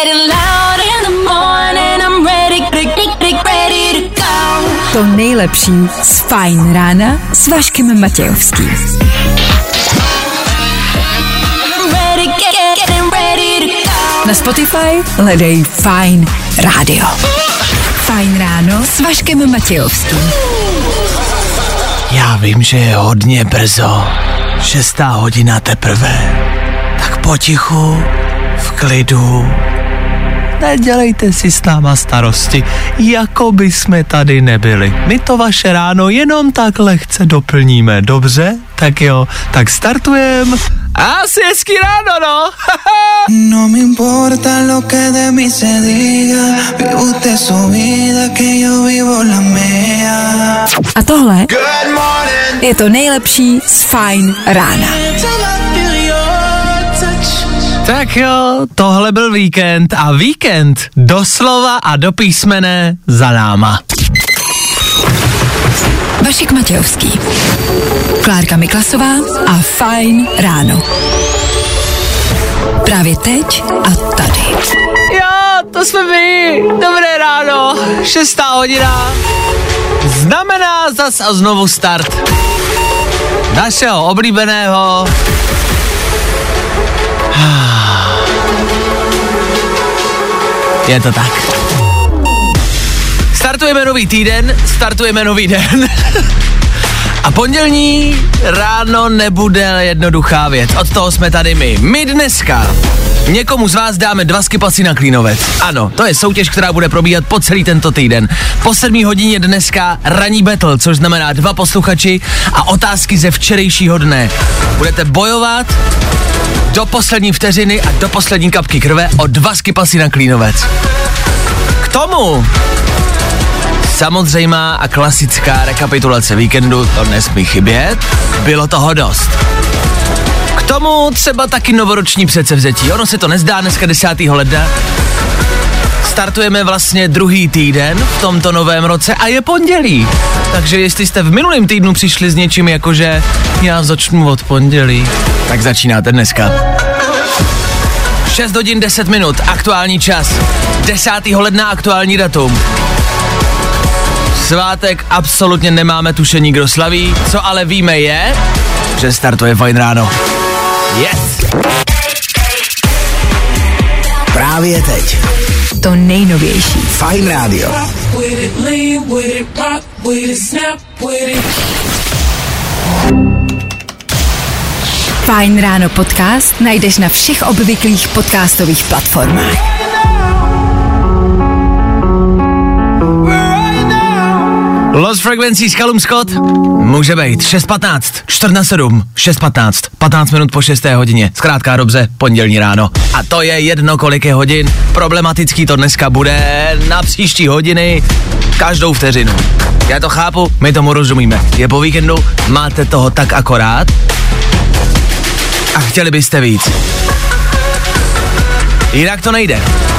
To nejlepší z Fajn rána s Vaškem Matějovským. Na Spotify hledej Fajn rádio. Fajn ráno s Vaškem Matějovským. Já vím, že je hodně brzo. 6. hodina teprve. Tak potichu, v klidu. Nedělejte si s náma starosti, jako by jsme tady nebyli. My to vaše ráno jenom tak lehce doplníme, dobře? Tak jo, tak startujem. Asi hezký ráno, no. No me importa lo que de mí se diga, vive usted su vida, que yo vivo la mía. A tohle je to nejlepší z Fajn rána. Tak jo, tohle byl víkend a víkend doslova a do písmene za náma. Vašek Matějovský, Klárka Miklasová a Fajn ráno. Právě teď a tady. Jo, to jsme my. Dobré ráno, 6. hodina. Znamená zas a znovu start našeho oblíbeného je to tak. Startujeme nový týden, startujeme nový den. A pondělní ráno nebude jednoduchá věc. Od toho jsme tady my. My dneska někomu z vás dáme 2 skipasy na Klínovec. Ano, to je soutěž, která bude probíhat po celý tento týden. Po 7 hodině dneska ranní battle, což znamená 2 posluchači a otázky ze včerejšího dne. Budete bojovat do poslední vteřiny a do poslední kapky krve o 2 skipasy na Klínovec. K tomu samozřejmá a klasická rekapitulace víkendu, to nesmí chybět, bylo toho dost. K tomu třeba taky novoroční předsevzetí, ono se to nezdá, dneska 10. ledna. Startujeme vlastně druhý týden v tomto novém roce a je pondělí. Takže jestli jste v minulém týdnu přišli s něčím jakože já začnu od pondělí, tak začínáte dneska. 6 hodin 10 minut, aktuální čas. 10. ledna aktuální datum. Svátek absolutně nemáme tušení, kdo slaví, co ale víme je, že startuje Fajn ráno. Yes! Právě teď. To nejnovější. Fajn rádio. Fajn ráno podcast najdeš na všech obvyklých podcastových platformách. Lost Frequencies, Callum Scott, může být 6:15, 14:07, 6:15, 15 minut po 6. hodině, zkrátka dobře, pondělní ráno. A to je jedno, kolik je hodin, problematický to dneska bude na příští hodiny, každou vteřinu. Já to chápu, my tomu rozumíme, je po víkendu, máte toho tak akorát a chtěli byste víc. Jinak to nejde.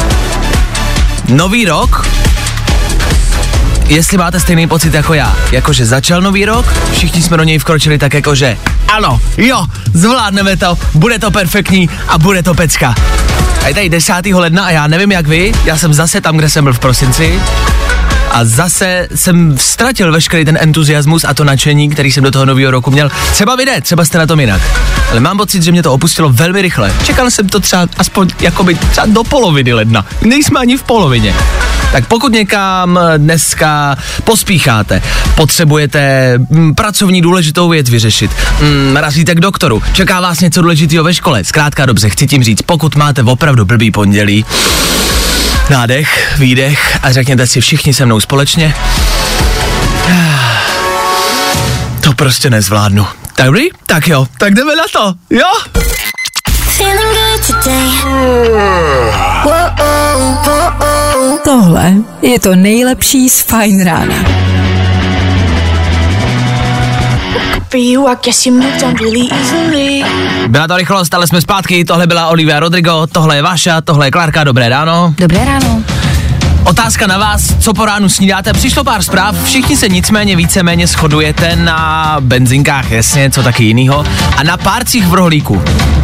Nový rok, jestli máte stejný pocit jako já, jakože začal nový rok, všichni jsme do něj vkročili tak jakože ano, jo, zvládneme to, bude to perfektní a bude to pecka. A je tady 10. ledna a já nevím jak vy, já jsem zase tam, kde jsem byl v prosinci a zase jsem ztratil veškerý ten entuziasmus a to nadšení, který jsem do toho nového roku měl. Třeba vy ne, třeba jste na tom jinak. Ale mám pocit, že mě to opustilo velmi rychle. Čekal jsem to třeba aspoň jakoby třeba do poloviny ledna. Nejsme ani v polovině. Tak pokud někam dneska pospícháte, potřebujete pracovní důležitou věc vyřešit, razíte k doktoru, čeká vás něco důležitého ve škole, zkrátka dobře, chci tím říct, pokud máte opravdu blbý pondělí, nádech, výdech a řekněte si všichni se mnou společně, to prostě nezvládnu. Dobrý? Tak jo, tak jdeme na to, jo? Tohle je to nejlepší z Fajn rána. Byla to rychlost, ale jsme zpátky, tohle byla Olivia Rodrigo, tohle je Vaša, tohle je Klárka, dobré ráno. Dobré ráno. Otázka na vás, co po ránu snídáte? Přišlo pár zpráv, všichni se nicméně víceméně shodujete na benzinkách, jasně, co taky jinýho, a na párcích v rohlíku.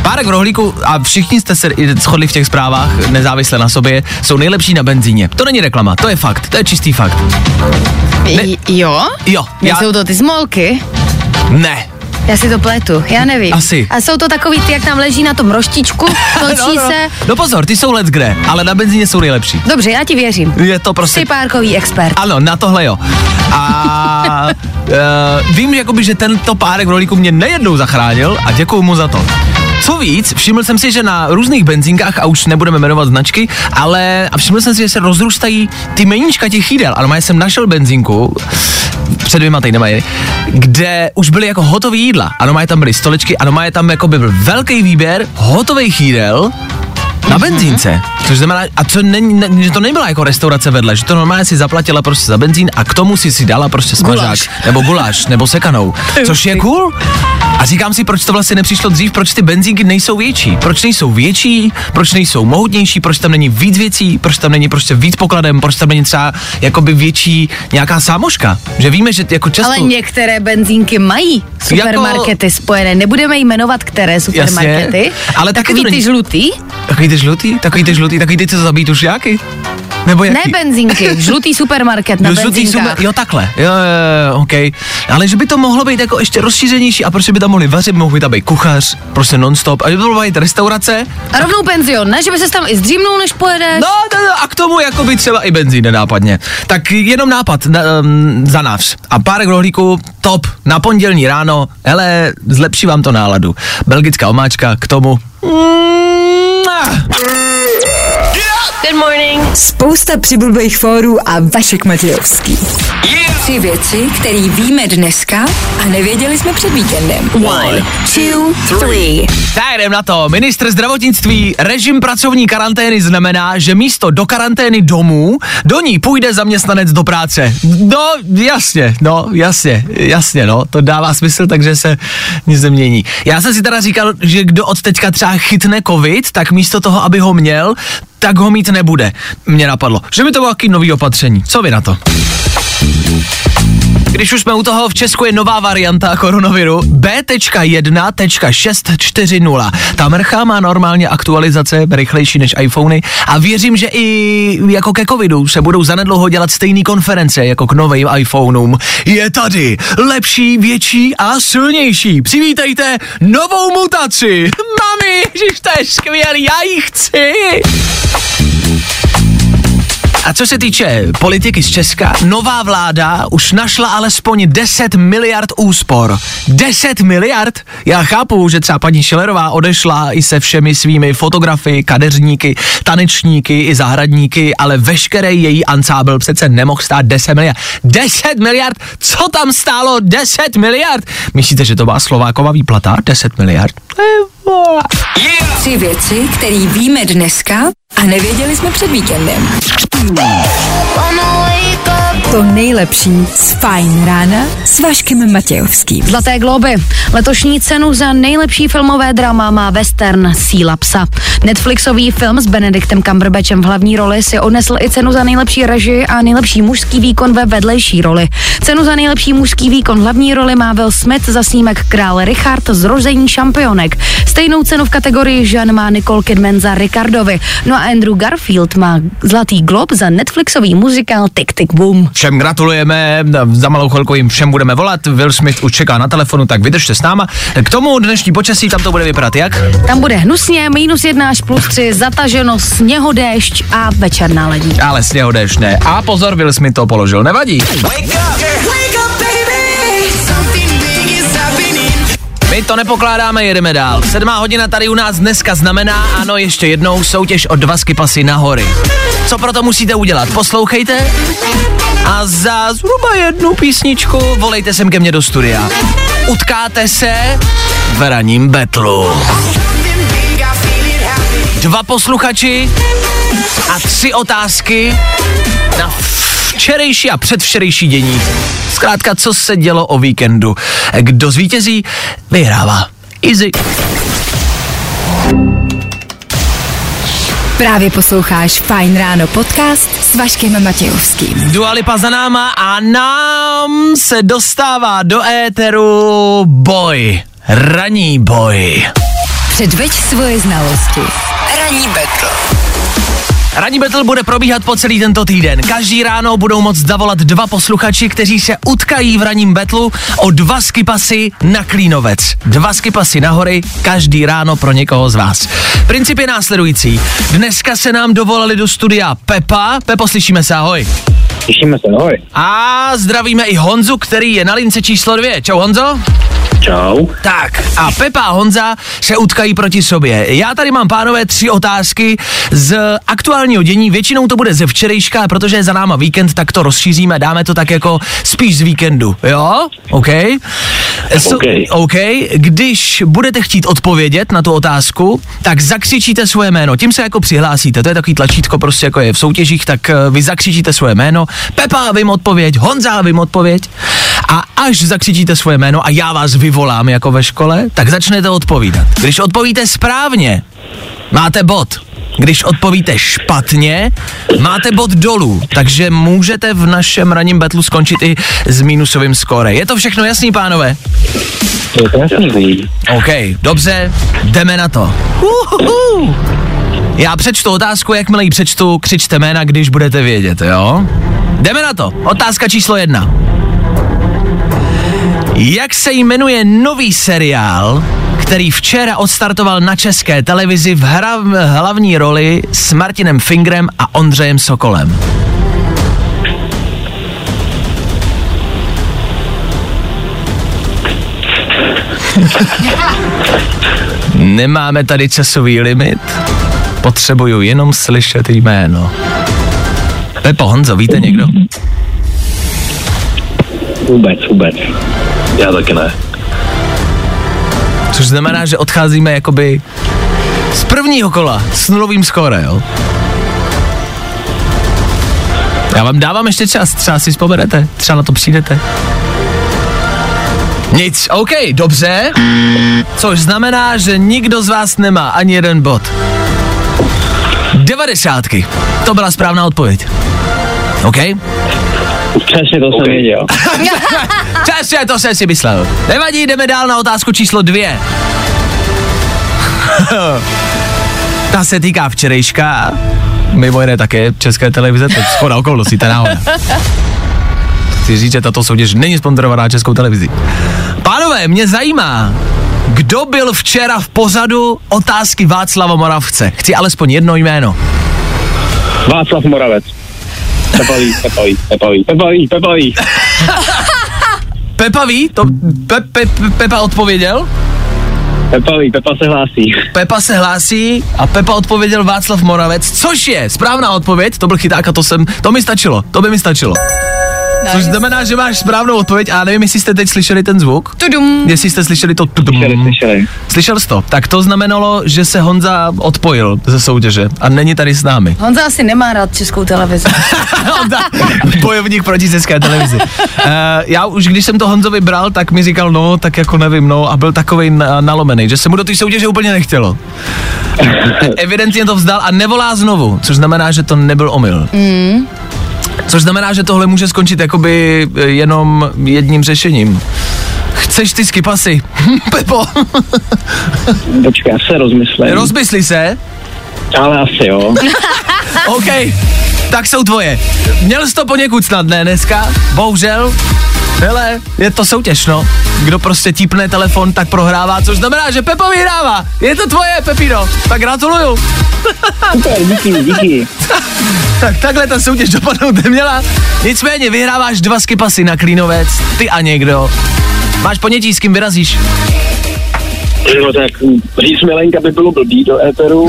Párek rohlíku, a všichni jste se shodli v těch zprávách, nezávisle na sobě, jsou nejlepší na benzíně. To není reklama, to je fakt, to je čistý fakt. Jo? Jo. Jsou to ty smolky? Ne. Já si to pletu, já nevím. Asi. A jsou to takový ty, jak tam leží na tom roštičku, točí se. No pozor, ty jsou leckde, ale na benzíně jsou nejlepší. Dobře, já ti věřím. Je to prostě... Jsi párkový expert. Ano, na tohle jo. A vím, jakoby, že tento párek rohlíku mě nejednou zachránil a děkuju mu za to. Co víc, všiml jsem si, že na různých benzínkách, a už nebudeme jmenovat značky, ale všiml jsem si, že se rozrůstají ty meníčka těch jídel. Ano, já jsem našel benzínku, před 2 týdnama, kde už byly jako hotové jídla. Ano, tam byly stolečky, ano, tam jako by byl velký výběr hotových jídel na benzínce. Což znamená, a že to nebyla jako restaurace vedle, že to normálně si zaplatila prostě za benzín a k tomu si dala prostě smažák, nebo guláš, nebo sekanou. Což je cool. A říkám si, proč to vlastně nepřišlo dřív, proč ty benzínky nejsou větší. Proč nejsou větší, proč nejsou mohutnější, proč tam není víc věcí, proč tam není prostě víc pokladem, proč tam není třeba jakoby větší nějaká sámoška. Že víme, že jako často... Ale některé benzínky mají supermarkety spojené. Nebudeme jmenovat, které supermarkety. Jasně, ale takový ty žlutý. Takový ty, co zabíjí tušňáky? Nebo jaký? Ne benzínky, žlutý supermarket na benzínkách. Jo, takhle, jo, ok. Ale že by to mohlo být jako ještě rozšířenější a prostě by tam mohli vařit, mohl by tam být kuchař, prostě non-stop, a by to mohlo být restaurace. A rovnou penzion, ne? Že by se tam i zdřímnul, než pojedeš? No, a k tomu jako by třeba i benzín nenápadně. Tak jenom nápad za nás. A párek rohlíku, top, na pondělní ráno, hele, zlepší vám to náladu. Belgická omáčka, k tomu... Good morning. Spousta přibulbých fórů a Vašek Matějovský. 3 věci, které víme dneska a nevěděli jsme před víkendem. 1, 2, 3. Tak jdem na to. Ministr zdravotnictví, režim pracovní karantény znamená, že místo do karantény domů, do ní půjde zaměstnanec do práce. No, jasně, to dává smysl, takže se nic nemění. Já jsem si teda říkal, že kdo od teďka třeba chytne covid, tak místo toho, aby ho měl, tak ho mít nebude. Mně napadlo, že by to bylo jaký nový opatření. Co vy na to? Když už jsme u toho, v Česku je nová varianta koronaviru B.1.640. Ta mrcha má normálně aktualizace rychlejší než iPhony a věřím, že i jako ke covidu se budou zanedlouho dělat stejný konference jako k novým iPhoneům. Je tady lepší, větší a silnější. Přivítejte novou mutaci. Mami, ježiš, to je skvělý, já ji chci. A co se týče politiky z Česka, nová vláda už našla alespoň 10 miliard úspor. 10 miliard? Já chápu, že třeba paní Schillerová odešla i se všemi svými fotografy, kadeřníky, tanečníky i zahradníky, ale veškerý její ansábl přece nemohl stát 10 miliard. 10 miliard? Co tam stálo 10 miliard? Myslíte, že to byla Slovákova výplata? 10 miliard? 3 věci, které víme dneska a nevěděli jsme před víkendem. To nejlepší z Fajn rána s Vaškem Matějovským. Zlaté globy. Letošní cenu za nejlepší filmové drama má western Síla psa. Netflixový film s Benedictem Cumberbatchem v hlavní roli si odnesl i cenu za nejlepší režii a nejlepší mužský výkon ve vedlejší roli. Cenu za nejlepší mužský výkon v hlavní roli má Will Smith za snímek Král Richard Zrození šampionek. Stejnou cenu v kategorii žen má Nicole Kidman za Ricardovi. No a Andrew Garfield má Zlatý glob za Netflixový muzikál Tick Tick Boom. Všem gratulujeme, za malou chvilku jim všem budeme volat, Will Smith už čeká na telefonu, tak vydržte s náma. K tomu dnešní počasí, tam to bude vypadat jak? Tam bude hnusně, -1 až +3, zataženo, sněhodéšť a večerná ledí. Ale sněhodéšť ne. A pozor, Will Smith to položil, nevadí. My to nepokládáme, jedeme dál. 7 hodina tady u nás dneska znamená, ano, ještě jednou soutěž o 2 skipasy na hory. Co proto musíte udělat? Poslouchejte a za zhruba 1 písničku volejte sem ke mně do studia. Utkáte se v ranním betlu. 2 posluchači a 3 otázky na včerejší a předvčerejší dění. Zkrátka, co se dělo o víkendu. Kdo zvítězí, vyhrává. Easy. Právě posloucháš Fajn ráno podcast s Vaškem Matějovským. Dua Lipa za náma a nám se dostává do éteru boj. Ranní boj. Předveď svoje znalosti. Ranní battle. Ranní battle bude probíhat po celý tento týden. Každý ráno budou moct zavolat 2 posluchači, kteří se utkají v ranním battlu o 2 skipasy na Klínovec. 2 skipasy na hory, každý ráno pro někoho z vás. Princip je následující. Dneska se nám dovolali do studia Pepa. Pepo, slyšíme se, ahoj. Slyšíme se, ahoj. A zdravíme i Honzu, který je na lince číslo 2. Čau, Honzo. Čau. Tak a Pepa a Honza se utkají proti sobě. Já tady mám, pánové, 3 otázky z aktuálního dění. Většinou to bude ze včerejška, protože je za náma víkend, tak to rozšíříme, dáme to tak jako spíš z víkendu, jo? OK. OK. Když budete chtít odpovědět na tu otázku, tak zakřičíte svoje jméno. Tím se jako přihlásíte. To je takový tlačítko, prostě jako je v soutěžích, tak vy zakřičíte svoje jméno. Pepa, vím odpověď, Honza, vím odpověď. A až zakřičíte svoje jméno a já vás vyvolám jako ve škole, tak začnete odpovídat. Když odpovíte správně, máte bod. Když odpovíte špatně, máte bod dolů. Takže můžete v našem ranním battlu skončit i s minusovým skóre. Je to všechno jasný, pánové? Je to jasný. OK, dobře, jdeme na to. Já přečtu otázku, jakmile ji přečtu, křičte jména, když budete vědět, jo? Jdeme na to. Otázka číslo 1. Jak se jmenuje nový seriál, který včera odstartoval na České televizi v hlavní roli s Martinem Fingrem a Ondřejem Sokolem? Nemáme tady časový limit, potřebuju jenom slyšet jméno. Pepo, Honzo, víte někdo? Vůbec. Já taky ne. Což znamená, že odcházíme jakoby z prvního kola s nulovým skóre, jo? Já vám dávám ještě čas, třeba si vzpomenete, třeba na to přijdete. Nic, OK, dobře. Což znamená, že nikdo z vás nemá ani jeden bod. 90. To byla správná odpověď. OK? Přesně to jsem věděl. Přesně to jsem si myslel. Nevadí, jdeme dál na otázku číslo 2. Ta se týká včerejška, mimo jiné také České televize, to je shoda okolností, to je náhoda. Chci říct, že tato soutěž není sponzorovaná Českou televizí. Pánové, mě zajímá, kdo byl včera v pořadu Otázky Václava Moravce. Chci alespoň jedno jméno. Václav Moravec. Pepa ví. Pepa ví? To Pepa odpověděl? Pepa se hlásí. Pepa se hlásí a Pepa odpověděl Václav Moravec, což je správná odpověď, to byl chyták a to by mi stačilo. Což znamená, že máš správnou odpověď a nevím, jestli jste teď slyšeli ten zvuk. Tudum. Jestli jste slyšeli to tudum. Slyšeli. Slyšel jsi to? Tak to znamenalo, že se Honza odpojil ze soutěže a není tady s námi. Honza asi nemá rád Českou televizi. Bojovník proti České televizi. Já už když jsem to Honzovi bral, tak mi říkal, no, tak jako nevím, no, a byl takovej nalomený, že se mu do té soutěže úplně nechtělo. Evidentně to vzdal a nevolá znovu, což znamená, že to nebyl omyl. Což znamená, že tohle může skončit jakoby jenom jedním řešením. Chceš ty skipasy? Pepo. Počkej, já se rozmyslím. Rozmysli se? Ale asi jo. OK, tak jsou tvoje. Měl jsi to poněkud snadné dneska, bohužel. Hele, je to soutěž, no. Kdo prostě típne telefon, tak prohrává, což znamená, že Pepo vyhrává. Je to tvoje, Pepino. Tak gratuluju. Super, díky. Tak takhle ta soutěž dopadnout neměla. Nicméně vyhráváš 2 skipasy na Klínovec, ty a někdo. Máš ponětí, s kým vyrazíš? No tak říct milenka by bylo blbý do éteru.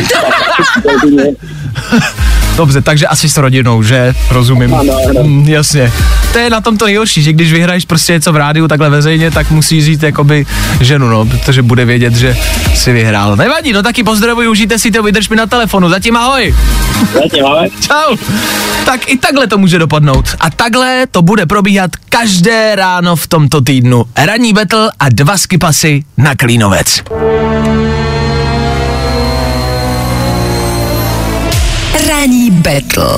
Dobře, takže asi s rodinou, že? Rozumím. Ano. Jasně. To je na tom to nejhorší, že když vyhraješ prostě něco v rádiu takhle veřejně, tak musíš říct jakoby ženu, no, protože bude vědět, že jsi vyhrál. Nevadí, no taky pozdravuji, užijte si to, vydrž mi na telefonu. Zatím ahoj. Zatím ahoj. Čau. Tak i takhle to může dopadnout. A takhle to bude probíhat každé ráno v tomto týdnu. Ranní battle a 2 skipasy na Klínovec. Ranní battle.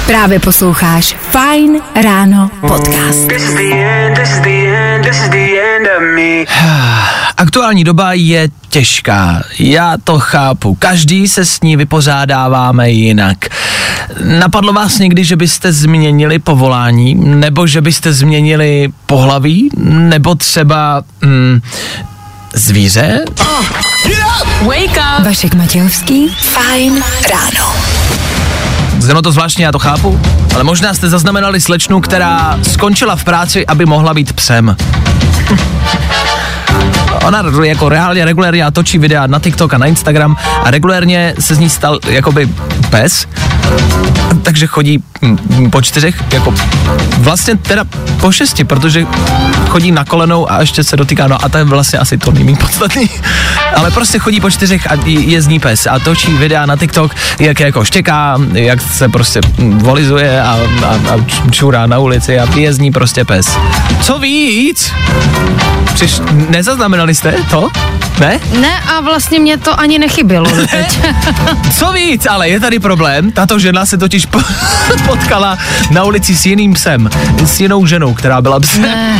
Právě posloucháš Fajn ráno podcast. Aktuální doba je těžká, já to chápu, každý se s ní vypořádáváme jinak. Napadlo vás někdy, že byste změnili povolání, nebo že byste změnili pohlaví, nebo třeba zvíře? Wake up! Vašek Matějovský, Fajn ráno. Znělo to zvláštně, já to chápu, ale možná jste zaznamenali slečnu, která skončila v práci, aby mohla být psem. Ona jako regulérně točí videa na TikTok a na Instagram a regulérně se z ní stal jakoby pes, takže chodí po 4, jako vlastně teda po 6, protože chodí na kolenou a ještě se dotýká, no a to je vlastně asi to nejméně podstatný, ale prostě chodí po 4 a je z ní pes a točí videa na TikTok, jak jako štěká, jak se prostě volizuje a čurá na ulici a je z ní prostě pes. Co víc? Nezaznamenali jste to? Ne? Ne a vlastně mě to ani nechybělo teď. Co víc, ale je tady problém. Tato žena se totiž potkala na ulici s jiným psem. S jinou ženou, která byla psem. Ne.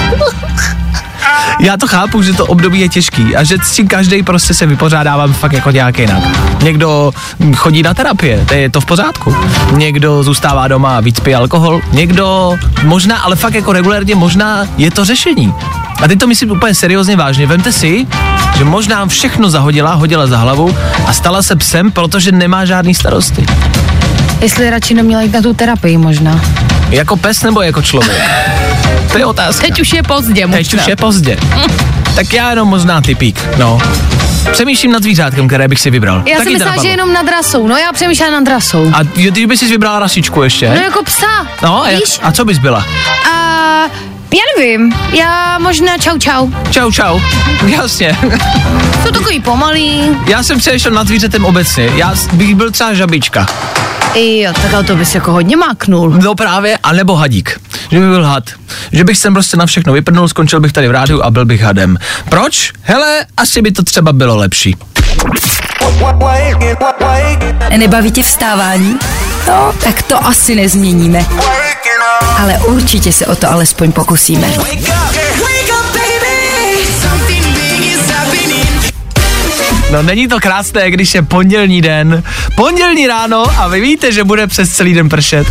Já to chápu, že to období je těžký a že s tím každej prostě se vypořádává fakt jako nějak jinak. Někdo chodí na terapie, to je to v pořádku. Někdo zůstává doma a víc pije alkohol. Někdo možná, ale fakt jako regulérně možná je to řešení. A teď to myslím úplně seriózně vážně. Vemte si, že možná všechno hodila za hlavu a stala se psem, protože nemá žádný starosti. Jestli radši neměla jít na tu terapii možná. Jako pes nebo jako člověk? To je otázka. Teď už je pozdě možná. Teď už je pozdě. Tak já jenom možná typík, no. Přemýšlím nad zvířátkem, které bych si vybral. Já si myslím, že jenom nad rasou, no já přemýšlím nad rasou. A ty bys si vybrala rasičku ještě? No jako psa, no, víš? A co bys byla? Já nevím, já možná čau. Čau, jasně. Jsou takový pomalý. Já jsem přešel nad zvířetem obecně, já bych byl třeba žabička. Jo, tak to bys jako hodně máknul. No právě, anebo hadík. Že by byl had. Že bych sem prostě na všechno vyprdnul, skončil bych tady v rádiu a byl bych hadem. Proč? Hele, asi by to třeba bylo lepší. Nebaví tě vstávání? No, tak to asi nezměníme. Ale určitě se o to alespoň pokusíme. No není to krásné, když je pondělní den, pondělní ráno a vy víte, že bude přes celý den pršet.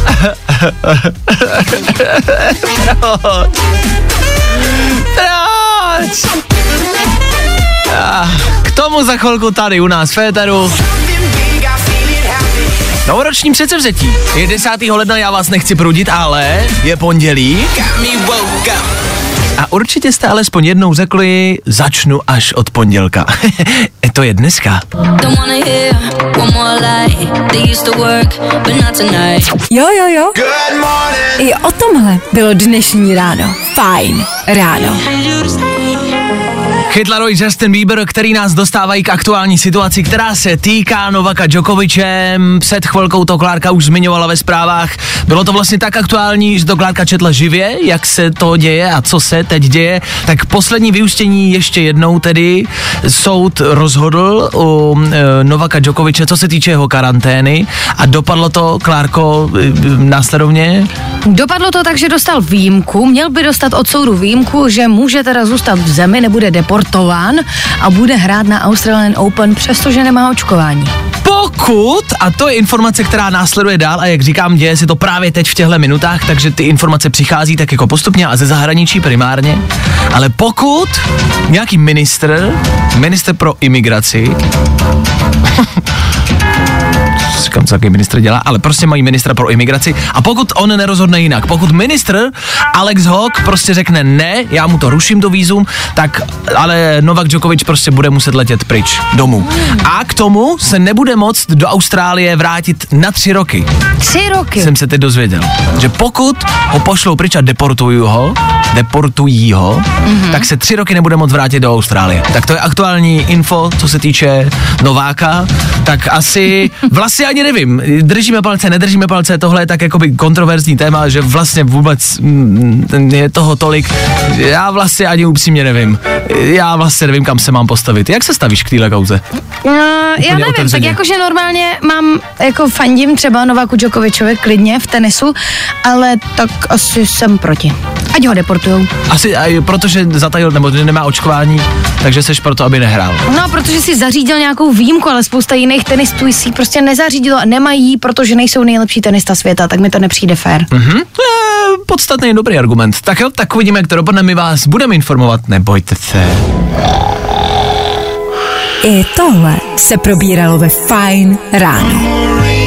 Proč? K tomu za chvilku tady u nás v éteru novoroční předsevzetí. Je 10. ledna, já vás nechci prudit, ale je pondělí. A určitě jste alespoň jednou řekli, začnu až od pondělka. To je dneska. Jo. I o tomhle bylo dnešní ráno. Fajn ráno. Chytlaroj Justin Bieber, který nás dostávají k aktuální situaci, která se týká Novaka Djokoviče. Před chvilkou to Klárka už zmiňovala ve zprávách. Bylo to vlastně tak aktuální, že to Klárka četla živě, jak se to děje a co se teď děje. Tak poslední vyústění ještě jednou tedy. Soud rozhodl u Novaka Djokoviče, co se týče jeho karantény a dopadlo to, Klárko, následovně? Dopadlo to tak, že dostal výjimku, měl by dostat od soudu výjimku, že může teda zůstat v zemi, nebude deportován a bude hrát na Australian Open, přestože nemá očkování. Pokud, a to je informace, která následuje dál a jak říkám, děje se to právě teď v těchto minutách, takže ty informace přichází tak jako postupně a ze zahraničí primárně, ale pokud nějaký ministr pro imigraci říkám, co jaký ministr dělá, ale prostě mají ministra pro imigraci a pokud on nerozhodne jinak, pokud ministr Alex Hawke prostě řekne ne, já mu to ruším to vízum, tak ale Novak Djokovic prostě bude muset letět pryč domů. A k tomu se nebude moct do Austrálie vrátit na 3 roky. 3 roky? Jsem se teď dozvěděl, že pokud ho pošlou pryč a deportují ho, tak se 3 roky nebude moct vrátit do Austrálie. Tak to je aktuální info, co se týče Nováka, tak asi vlastně ani nevím, držíme palce, nedržíme palce, tohle je tak jakoby kontroverzní téma, že vlastně vůbec je toho tolik, já vlastně ani upřímně nevím. Já vlastně nevím, kam se mám postavit. Jak se stavíš k téhle kauze? Já nevím, otevřeně. Tak jakože normálně fandím třeba Nováku Djokovičovi klidně v tenisu, ale tak asi jsem proti. Ať ho deportujou. Asi, protože zatajil, nebo nemá očkování, takže seš proto, aby nehrál. No, protože si zařídil nějakou výjimku, ale spousta jiných tenistů si prostě nezařídilo a nemají, protože nejsou nejlepší tenista světa, tak mi to nepřijde fér. Podstatný dobrý argument. Tak jo, tak uvidíme, jak to dopadne, my vás budeme informovat, nebojte se. I tohle se probíralo ve Fajn ráno.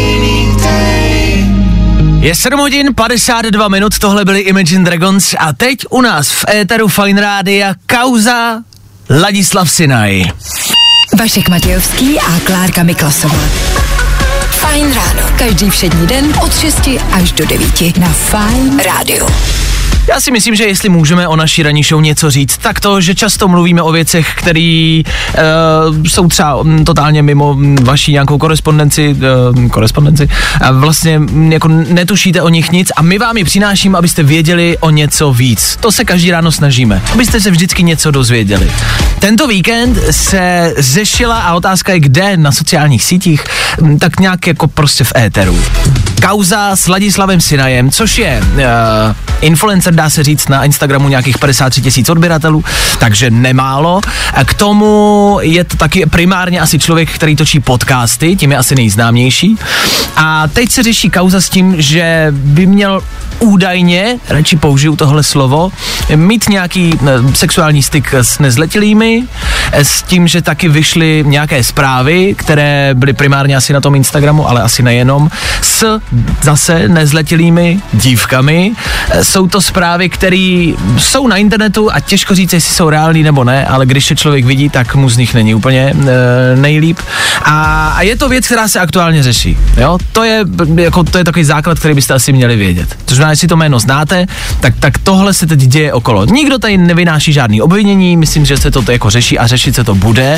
Je 7 hodin 52 minut, tohle byly Imagine Dragons a teď u nás v éteru Fajn rádia kauza Ladislav Sinaj. Vašek Matějovský a Klárka Miklasová. Fajn ráno. Každý všední den od 6 až do 9 na Fajn rádiu. Já si myslím, že jestli můžeme o naší ranní show něco říct, tak to, že často mluvíme o věcech, které jsou třeba totálně mimo vaší nějakou korespondenci a vlastně jako netušíte o nich nic a my vám ji přinášíme, abyste věděli o něco víc. To se každý ráno snažíme, abyste se vždycky něco dozvěděli. Tento víkend se řešila a otázka je kde na sociálních sítích, tak nějak jako prostě v éteru. Kauza s Ladislavem Sinajem, což je influencer, dá se říct, na Instagramu nějakých 53 000 odběratelů, takže nemálo. A k tomu je to taky primárně asi člověk, který točí podcasty, tím je asi nejznámější. A teď se řeší kauza s tím, že by měl údajně, radši použiju tohle slovo, mít nějaký sexuální styk s nezletilými, s tím, že taky vyšly nějaké zprávy, které byly primárně asi na tom Instagramu, ale asi nejenom, s zase nezletilými dívkami. Jsou to zprávy, které jsou na internetu a těžko říct, jestli jsou reální nebo ne, ale když je člověk vidí, tak mu z nich není úplně nejlíp. A je to věc, která se aktuálně řeší. Jo? To je takový základ, který byste asi měli vědět. To znamená, jestli to jméno znáte, tak tohle se teď děje okolo. Nikdo tady nevynáší žádný obvinění, myslím, že se to jako řeší a řešit se to bude.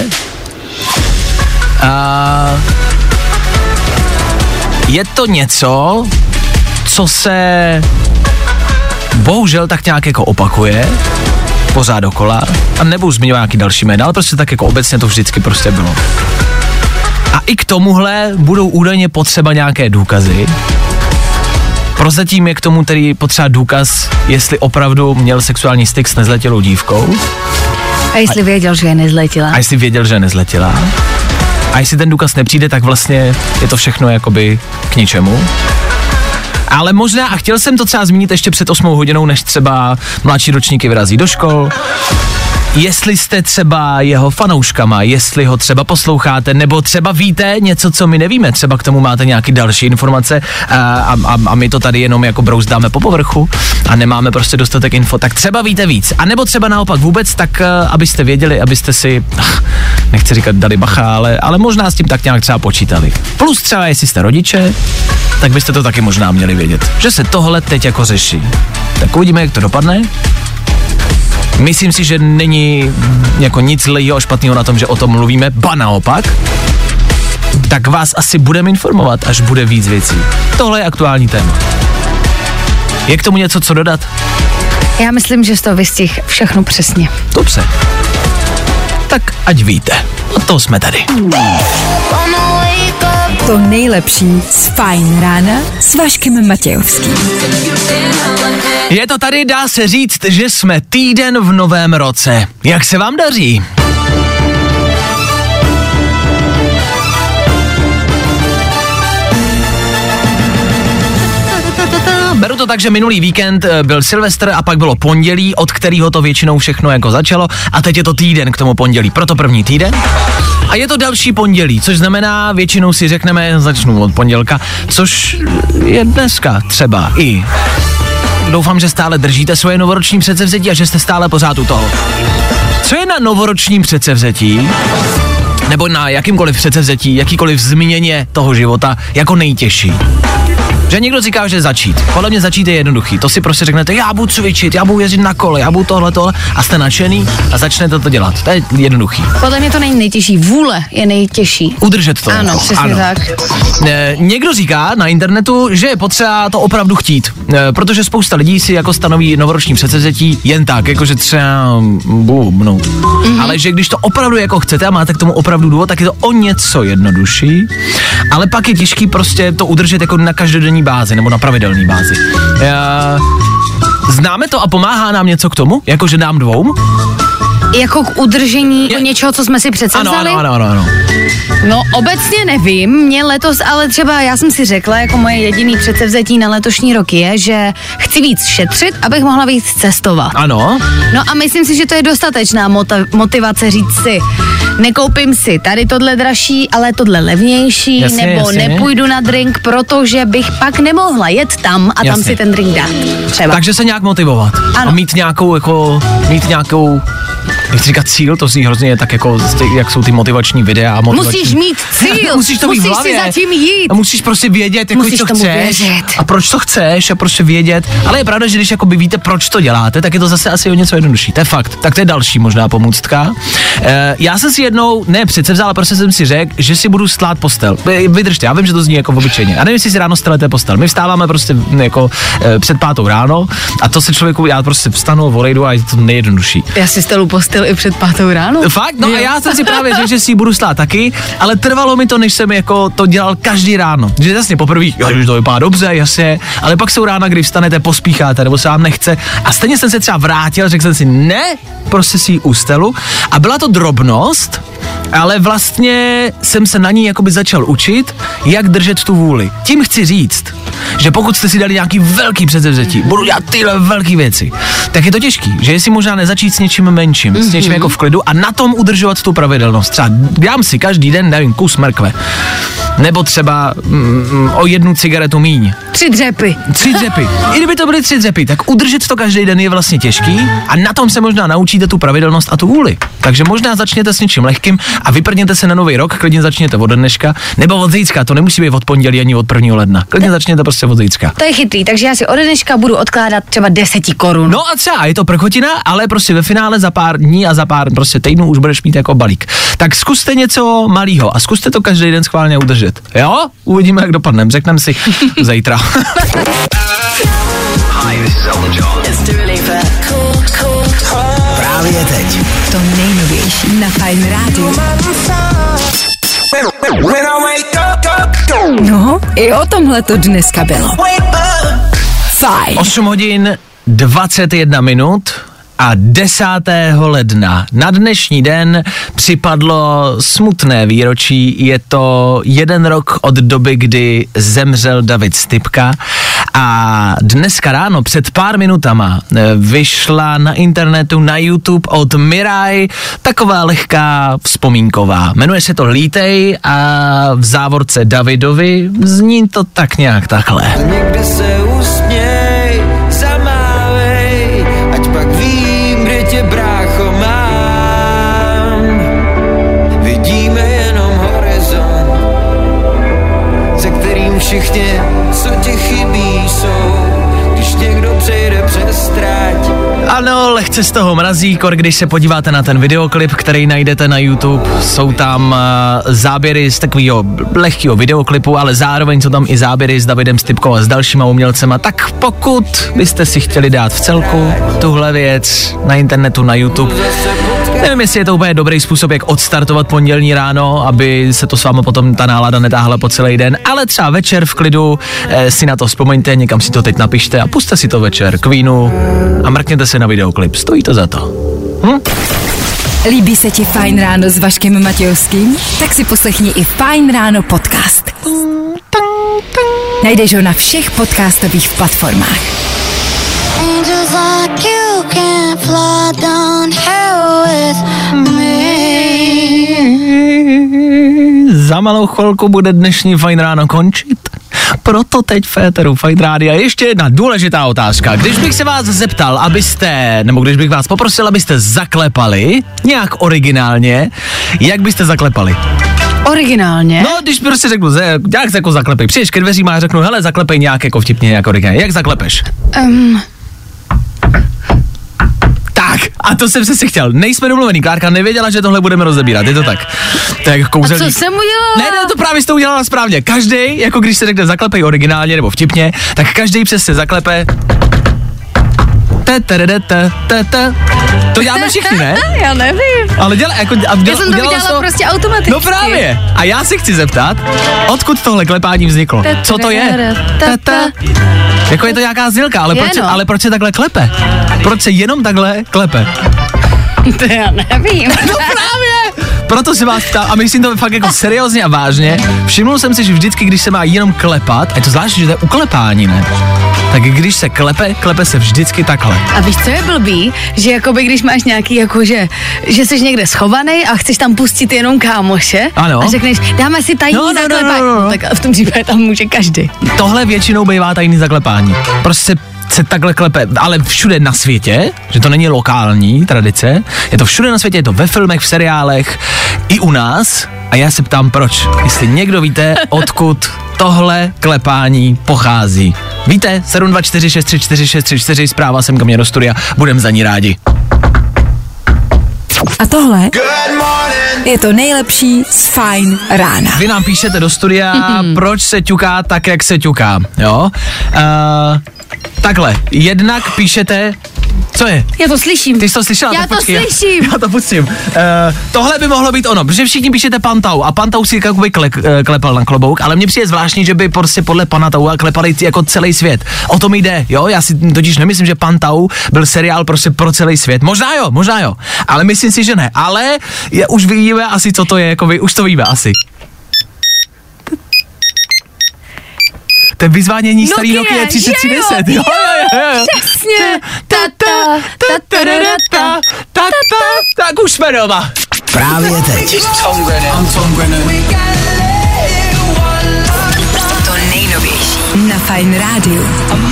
Je to něco, co se bohužel tak nějak jako opakuje pořád dokola a nebudu zmiňovat nějaký další jména, ale prostě tak jako obecně to vždycky prostě bylo. A i k tomuhle budou údajně potřeba nějaké důkazy. Prozatím je k tomu tedy potřeba důkaz, jestli opravdu měl sexuální styk s nezletilou dívkou. A jestli věděl, že je nezletila. A jestli věděl, že je nezletila. A jestli ten důkaz nepřijde, tak vlastně je to všechno jakoby k ničemu. Ale možná, a chtěl jsem to třeba zmínit ještě před 8 hodinou, než třeba mladší ročníky vyrazí do škol, jestli jste třeba jeho fanouškama, jestli ho třeba posloucháte, nebo třeba víte něco, co my nevíme, třeba k tomu máte nějaké další informace a my to tady jenom jako brouzdáme po povrchu a nemáme prostě dostatek info, tak třeba víte víc. A nebo třeba naopak vůbec, tak abyste věděli, abyste si, nechci říkat dali bacha, ale možná s tím tak nějak třeba počítali. Plus třeba, jestli jste rodiče, tak byste to taky možná měli vědět, že se tohle teď jako řeší. Tak uvidíme, jak to dopadne. Myslím si, že není jako nic zlého a špatného na tom, že o tom mluvíme, ba naopak. Tak vás asi budeme informovat, až bude víc věcí. Tohle je aktuální téma. Je k tomu něco, co dodat? Já myslím, že z toho vystihl všechno přesně. Dobře. Tak ať víte. Od toho jsme tady. To nejlepší z Fajn rána s Vaškem Matějovským. Je to tady, dá se říct, že jsme týden v novém roce. Jak se vám daří? Beru to tak, že minulý víkend byl Silvestr a pak bylo pondělí, od kterého to většinou všechno jako začalo a teď je to týden k tomu pondělí, proto první týden. A je to další pondělí, což znamená, většinou si řekneme, začnu od pondělka, což je dneska třeba i. Doufám, že stále držíte svoje novoroční předsevzetí a že jste stále pořád u toho. Co je na novoročním předsevzetí, nebo na jakýmkoliv předsevzetí, jakýkoliv změně toho života jako nejtěžší? Že někdo říká, že začít. Podle mě začít je jednoduchý. To si prostě řeknete, já budu cvičit, já budu jezdit na kole, já budu tohle a jste nadšený a začnete to dělat. To je jednoduchý. Podle mě to není nejtěžší, vůle je nejtěžší. Udržet to. Ano, přesně tak. Někdo říká na internetu, že je potřeba to opravdu chtít, protože spousta lidí si jako stanoví novoroční předsevzetí jen tak, jakože třeba bubnout. Ale že když to opravdu jako chcete a máte k tomu opravdu důvod, tak je to o něco jednodušší, ale pak je těžký prostě to udržet jako na každodenní bázi nebo na pravidelné bázi. Známe to a pomáhá nám něco k tomu, jakože nám dvou? Jako k udržení něčeho, co jsme si předsevzali? Ano. No obecně nevím, mě letos, ale třeba já jsem si řekla, jako moje jediný předsevzetí na letošní rok je, že chci víc šetřit, abych mohla víc cestovat. Ano. No a myslím si, že to je dostatečná motivace říct si, nekoupím si tady tohle dražší, ale tohle levnější, nebo nepůjdu na drink, protože bych pak nemohla jet tam a tam si ten drink dát. Třeba. Takže se nějak motivovat. Ano. A mít nějakou nechci říkat cíl, to zní hrozně tak jako, jak jsou ty motivační videa a motivační. Musíš mít cíl, musíš to mít v hlavě. Si zatím jít. A musíš prostě vědět, jako co chceš. Věřit. A proč to chceš a prostě vědět. Ale je pravda, že když jakoby víte, proč to děláte, tak je to zase asi o něco jednodušší. To je fakt. Tak to je další možná pomůctka. Já jsem si jednou, ne předsevzal, ale prostě jsem si řekl, že si budu stát postel. Vydržte, já vím, že to zní jako obyčejně. A nevím, jestli si ráno stelete postel. My vstáváme prostě jako před 5 ráno a to se člověku, já prostě vstanu, odejdu a je to nejjednodušší. Já si stelu postel i před 5 ráno. Fakt? No a já jsem si právě řekl, že si budu stát taky, ale trvalo mi to, než jsem jako to dělal každý ráno. Že jasně poprvé, že to vypadá dobře, jasně, ale pak jsou rána, kdy vstanete, pospícháte, nebo se vám nechce. A stejně jsem se třeba vrátil, řekl jsem si, ne, prostě si ji ustelu. A byla to drobnost, ale vlastně jsem se na ní jakoby začal učit, jak držet tu vůli. Tím chci říct, že pokud jste si dali nějaký velký předsevzetí, budu dělat tyhle velké věci, tak je to těžký, že jestli možná nezačít s něčím menším, s něčím jako v klidu a na tom udržovat tu pravidelnost. Třeba dám si každý den, nevím, kus mrkve. Nebo třeba o 1 cigaretu míň. 3 dřepy. 3 dřepy. I kdyby to byly 3 dřepy, tak udržet to každý den je vlastně těžký a na tom se možná naučíte tu pravidelnost a tu vůli. Takže možná začněte s něčím lehkým a vyprdněte se na nový rok, klidně začněte od dneška, nebo od zítřka, to nemusí být od pondělí ani od 1. ledna. Klidně začněte prostě od zítřka. To je chytrý, takže já si od dneška budu odkládat třeba 10 korun. No a třeba je to prchotina, ale prostě ve finále za pár dní a za pár prostě týdnů už budeš mít jako balík. Tak zkuste něco malýho a zkuste to každý den schválně udržet. Jo? Uvidíme, jak dopadneme. Řekneme si zítra. Hi, this is Elton John. It's Dua Lipa. Cool. Právě teď. To nejnovější na Fajn rádiu. No, i o tomhle to dneska bylo. Fajn. 8 hodin 21 minut a 10. ledna na dnešní den připadlo smutné výročí. Je to 1 rok od doby, kdy zemřel David Stypka a dneska ráno před pár minutama vyšla na internetu, na YouTube od Mirai taková lehká vzpomínková. Jmenuje se to Lítej a v závorce Davidovi zní to tak nějak takhle. Někde se usměj, zamávej, ať pak vím, kde tě brácho mám. Vidíme jenom horizont, ze kterým všichni, co ti chybí, jsou. Když někdo přejde přes tráť. Ano, lehce z toho mrazí, když se podíváte na ten videoklip, který najdete na YouTube. Jsou tam záběry z takového lehkého videoklipu, ale zároveň jsou tam i záběry s Davidem Stypkou a s dalšíma umělcema. Tak pokud byste si chtěli dát v celku tuhle věc na internetu, na YouTube, nevím, jestli je to úplně dobrý způsob, jak odstartovat pondělní ráno, aby se to s vámi potom ta nálada netáhla po celý den, ale třeba večer v klidu si na to vzpomeňte, někam si to teď napište a puste si to večer k vínu a mrkněte se na videoklip. Stojí to za to. Líbí se ti Fajn ráno s Vaškem Matějovským? Tak si poslechni i Fajn ráno podcast. Najdeš ho na všech podcastových platformách. Za malou chvilku bude dnešní Fajn ráno končit. Proto teď v éteru Fajn rádia ještě jedna důležitá otázka. Když bych se vás zeptal, když bych vás poprosil, abyste zaklepali nějak originálně, jak byste zaklepali? Originálně? No, když prostě řeknu, jak se jako zaklepej, přijdeš ke dveřím a já řeknu, hele, zaklepej nějak jako vtipně, jako originálně, jak zaklepeš? Tak, a to jsem si chtěl. Nejsme domluvený, Klárka nevěděla, že tohle budeme rozebírat, je to tak. Tak kouzelník. A co jsem udělala? Ne, to právě jste udělala správně. Každý, jako když se řekne zaklepej originálně nebo vtipně, tak každý přesně zaklepe. To děláme všichni, ne? Já nevím. Ale já jsem to udělala prostě automaticky. No právě. A já se chci zeptat, odkud tohle klepání vzniklo? Co to je? Jako je to nějaká znělka, ale proč se takhle klepe? Proč se jenom takhle klepe? To já nevím. No právě! Proto se vás ptám, a myslím to fakt jako seriózně a vážně, všimnul jsem si, že vždycky, když se má jenom klepat, a je to zvláštní, že to je uklepání, ne? Tak když se klepe se vždycky takhle. A víš, co je blbý? Že jakoby když máš nějaký, jakože, že jsi někde schovaný a chceš tam pustit jenom kámoše, ano. A řekneš, dáme si tajný zaklepání. No, tak v tom případě tam může každý. Tohle většinou bývá tajný zaklepání. Prostě se takhle klepe, ale všude na světě, že to není lokální tradice, je to všude na světě, je to ve filmech, v seriálech, i u nás. A já se ptám proč. Jestli někdo víte, odkud tohle klepání pochází. Víte? 724634634, zpráva sem ke mně do studia, budem za ní rádi. A tohle je to nejlepší z Fajn rána. Vy nám píšete do studia, proč se ťuká tak, jak se ťuká, jo? Takhle, jednak píšete, co je? Já to slyším. Ty jsi to slyšela? Já to slyším. Já to pustím. Tohle by mohlo být ono, protože všichni píšete Pantau a Pantau si jakoby klepal na klobouk, ale mně přijde zvláštní, že by prostě podle Pantau klepali jako celý svět. O tom jde, jo? Já si totiž nemyslím, že Pantau byl seriál prostě pro celý svět. Možná jo, ale myslím si, že ne. Ale už víme asi, co to je, jako vy, už to víme asi. To je vyzvánění starý Nokia 3310. Jo. Přesně. Tak už jsme doma. Právě teď. To nejnovější na Fajn rádiu.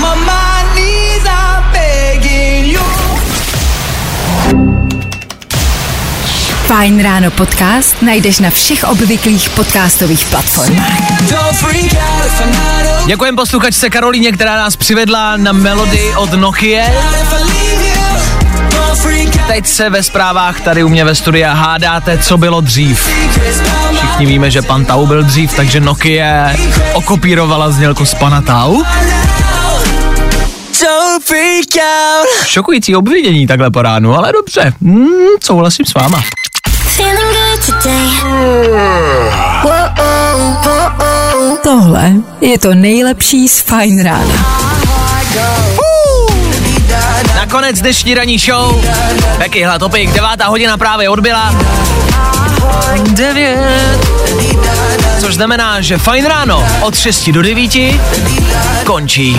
Fajn ráno podcast najdeš na všech obvyklých podcastových platformách. Děkujem posluchačce Karolíně, která nás přivedla na melodii od Nokia. Teď se ve zprávách tady u mě ve studiu hádáte, co bylo dřív. Všichni víme, že pan Tau byl dřív, takže Nokia okopírovala znělku z pana Tau. Šokující obvinění takhle po ránu, ale dobře, souhlasím s váma. Tohle je to nejlepší z Fajn rána. Nakonec dnešní ranní show. Becky Hlatopik, 9. hodina právě odbyla. 9. Což znamená, že Fajn ráno od 6 do 9 končí.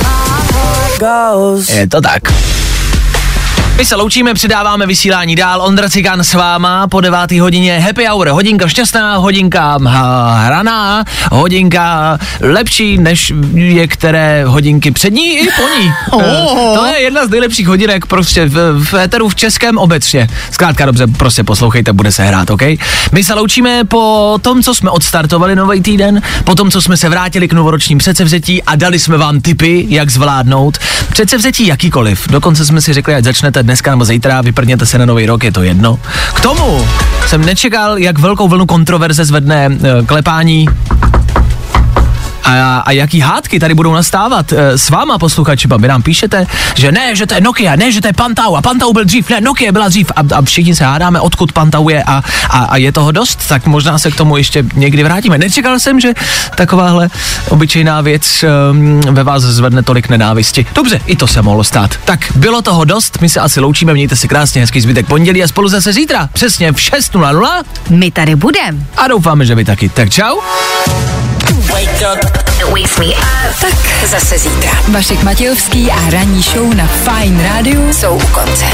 Je to tak. My se loučíme, přidáváme vysílání dál. Ondra Cikán s váma po 9. hodině. Happy hour, hodinka šťastná, hodinka hraná, hodinka lepší než některé hodinky před ní i po ní. To je jedna z nejlepších hodinek prostě v éteru v českém obecně. Zkrátka dobře, prostě poslouchejte, bude se hrát, OK? My se loučíme po tom, co jsme odstartovali nový týden, po tom, co jsme se vrátili k novoročním předsevzetí a dali jsme vám tipy, jak zvládnout předsevzetí jakýkoliv. Dokonce jsme si řekli, ať začnete dneska nebo zítra, vyprdněte se na nový rok, je to jedno. K tomu jsem nečekal, jak velkou vlnu kontroverze zvedne klepání a jaký hádky tady budou nastávat s váma, posluchači. Vy nám píšete, že ne, že to je Nokia, ne, že to je Pantau a Pantau byl dřív, ne, Nokia byla dřív a všichni se hádáme, odkud Pantau je a je toho dost, tak možná se k tomu ještě někdy vrátíme. Nečekal jsem, že takováhle obyčejná věc ve vás zvedne tolik nenávisti. Dobře, i to se mohlo stát. Tak bylo toho dost, my se asi loučíme, mějte si krásně hezký zbytek pondělí a spolu zase zítra, přesně v 6:00. My tady budem. A doufáme, že vy taky. Tak čau. Tak zase zítra. Vašek Matějovský a ranní show na Fajn rádiu jsou u konce.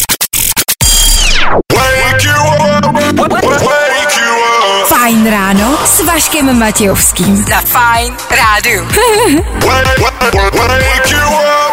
Fajn ráno s Vaškem Matějovským na Fajn rádiu.